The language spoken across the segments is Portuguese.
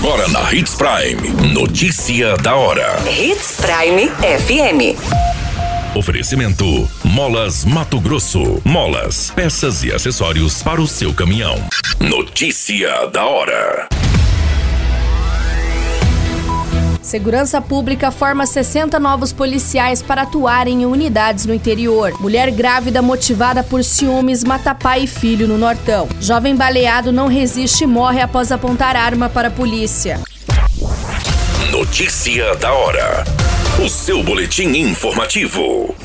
Agora na Hits Prime. Notícia da hora. Hits Prime FM. Oferecimento: Molas Mato Grosso. Molas, peças e acessórios para o seu caminhão. Notícia da hora. Segurança Pública forma 60 novos policiais para atuarem em unidades no interior. Mulher grávida motivada por ciúmes mata pai e filho no Nortão. Jovem baleado não resiste e morre após apontar arma para a polícia. Notícia da hora. O seu boletim informativo.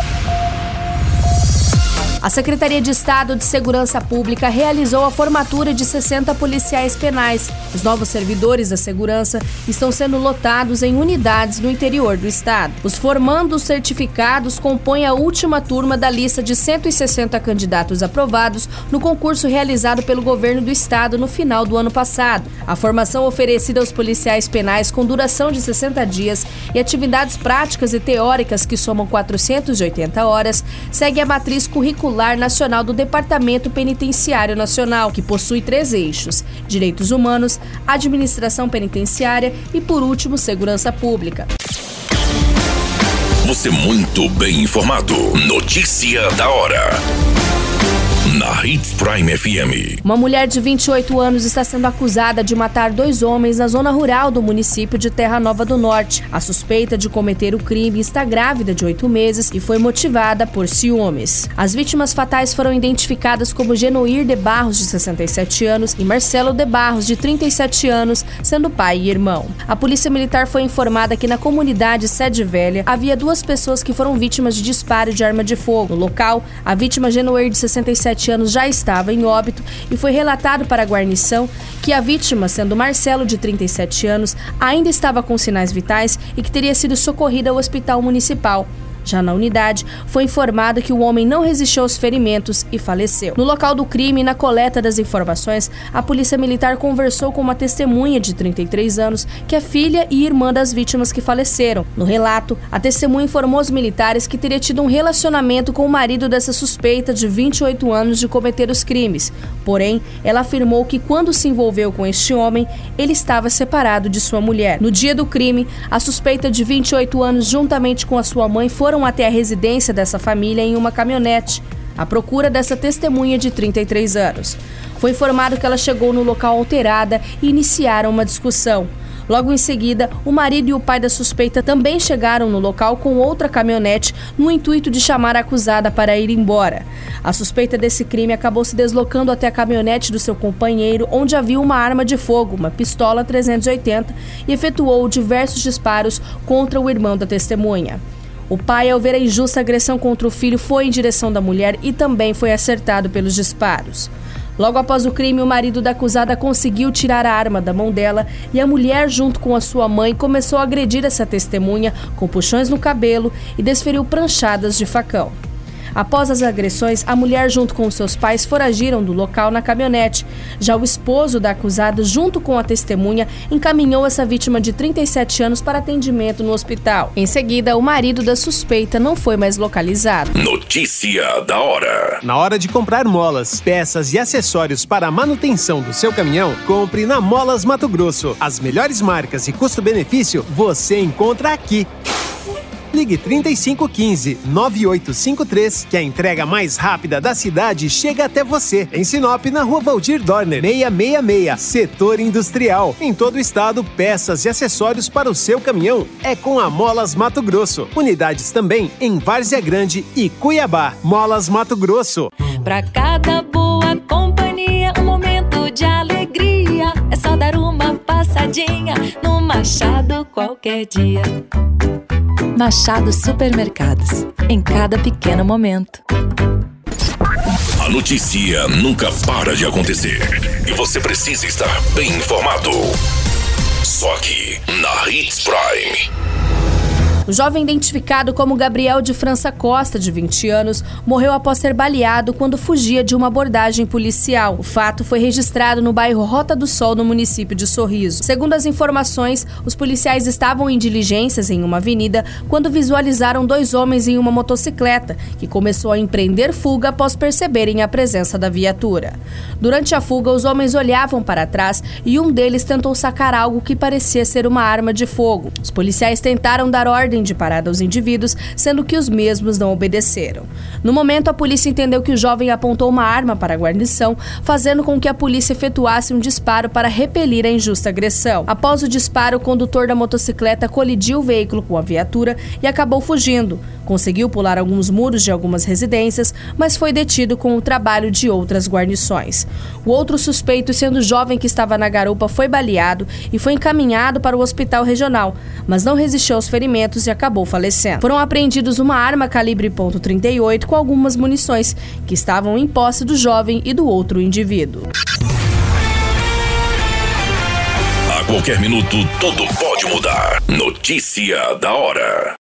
A Secretaria de Estado de Segurança Pública realizou a formatura de 60 policiais penais. Os novos servidores da segurança estão sendo lotados em unidades no interior do estado. Os formandos certificados compõem a última turma da lista de 160 candidatos aprovados no concurso realizado pelo governo do estado no final do ano passado. A formação oferecida aos policiais penais com duração de 60 dias e atividades práticas e teóricas que somam 480 horas segue a matriz curricular nacional do Departamento Penitenciário Nacional, que possui 3 eixos: direitos humanos, administração penitenciária e, por último, segurança pública. Você muito bem informado. Notícia da hora. Na Hits Prime FM. Uma mulher de 28 anos está sendo acusada de matar 2 homens na zona rural do município de Terra Nova do Norte. A suspeita de cometer o crime está grávida de 8 meses e foi motivada por ciúmes. As vítimas fatais foram identificadas como Genoir de Barros, de 67 anos, e Marcelo de Barros, de 37 anos, sendo pai e irmão. A Polícia Militar foi informada que na comunidade Sede Velha havia 2 pessoas que foram vítimas de disparo de arma de fogo. No local, a vítima Genoir, de 67 anos, já estava em óbito e foi relatado para a guarnição que a vítima, sendo Marcelo, de 37 anos, ainda estava com sinais vitais e que teria sido socorrida ao hospital municipal. Já na unidade, foi informado que o homem não resistiu aos ferimentos e faleceu. No local do crime e na coleta das informações, a Polícia Militar conversou com uma testemunha de 33 anos, que é filha e irmã das vítimas que faleceram. No relato, a testemunha informou aos militares que teria tido um relacionamento com o marido dessa suspeita de 28 anos de cometer os crimes. Porém, ela afirmou que quando se envolveu com este homem, ele estava separado de sua mulher. No dia do crime, a suspeita de 28 anos, juntamente com a sua mãe, foram até a residência dessa família em uma caminhonete, à procura dessa testemunha de 33 anos. Foi informado que ela chegou no local alterada e iniciaram uma discussão. Logo em seguida, o marido e o pai da suspeita também chegaram no local com outra caminhonete no intuito de chamar a acusada para ir embora. A suspeita desse crime acabou se deslocando até a caminhonete do seu companheiro, onde havia uma arma de fogo, uma pistola 380, e efetuou diversos disparos contra o irmão da testemunha. O pai, ao ver a injusta agressão contra o filho, foi em direção da mulher e também foi acertado pelos disparos. Logo após o crime, o marido da acusada conseguiu tirar a arma da mão dela e a mulher, junto com a sua mãe, começou a agredir essa testemunha com puxões no cabelo e desferiu pranchadas de facão. Após as agressões, a mulher, junto com seus pais, foragiram do local na caminhonete. Já o esposo da acusada, junto com a testemunha, encaminhou essa vítima de 37 anos para atendimento no hospital. Em seguida, o marido da suspeita não foi mais localizado. Notícia da hora. Na hora de comprar molas, peças e acessórios para a manutenção do seu caminhão, compre na Molas Mato Grosso. As melhores marcas e custo-benefício você encontra aqui. Ligue 3515-9853, que a entrega mais rápida da cidade chega até você. Em Sinop, na Rua Valdir Dorner, 666, Setor Industrial. Em todo o estado, peças e acessórios para o seu caminhão é com a Molas Mato Grosso. Unidades também em Várzea Grande e Cuiabá. Molas Mato Grosso. Pra cada boa companhia, um momento de alegria. É só dar uma passadinha no Machado qualquer dia. Machado Supermercados. Em cada pequeno momento. A notícia nunca para de acontecer. E você precisa estar bem informado. Só aqui, na Hits Prime. O jovem identificado como Gabriel de França Costa, de 20 anos, morreu após ser baleado quando fugia de uma abordagem policial. O fato foi registrado no bairro Rota do Sol, no município de Sorriso. Segundo as informações, os policiais estavam em diligências em uma avenida quando visualizaram 2 homens em uma motocicleta, que começou a empreender fuga após perceberem a presença da viatura. Durante a fuga, os homens olhavam para trás e um deles tentou sacar algo que parecia ser uma arma de fogo. Os policiais tentaram dar ordem de parada aos indivíduos, sendo que os mesmos não obedeceram. No momento, a polícia entendeu que o jovem apontou uma arma para a guarnição, fazendo com que a polícia efetuasse um disparo para repelir a injusta agressão. Após o disparo, o condutor da motocicleta colidiu o veículo com a viatura e acabou fugindo. Conseguiu pular alguns muros de algumas residências, mas foi detido com o trabalho de outras guarnições. O outro suspeito, sendo jovem que estava na garupa, foi baleado e foi encaminhado para o hospital regional, mas não resistiu aos ferimentos e acabou falecendo. Foram apreendidos uma arma calibre .38 com algumas munições, que estavam em posse do jovem e do outro indivíduo. A qualquer minuto, tudo pode mudar. Notícia da hora.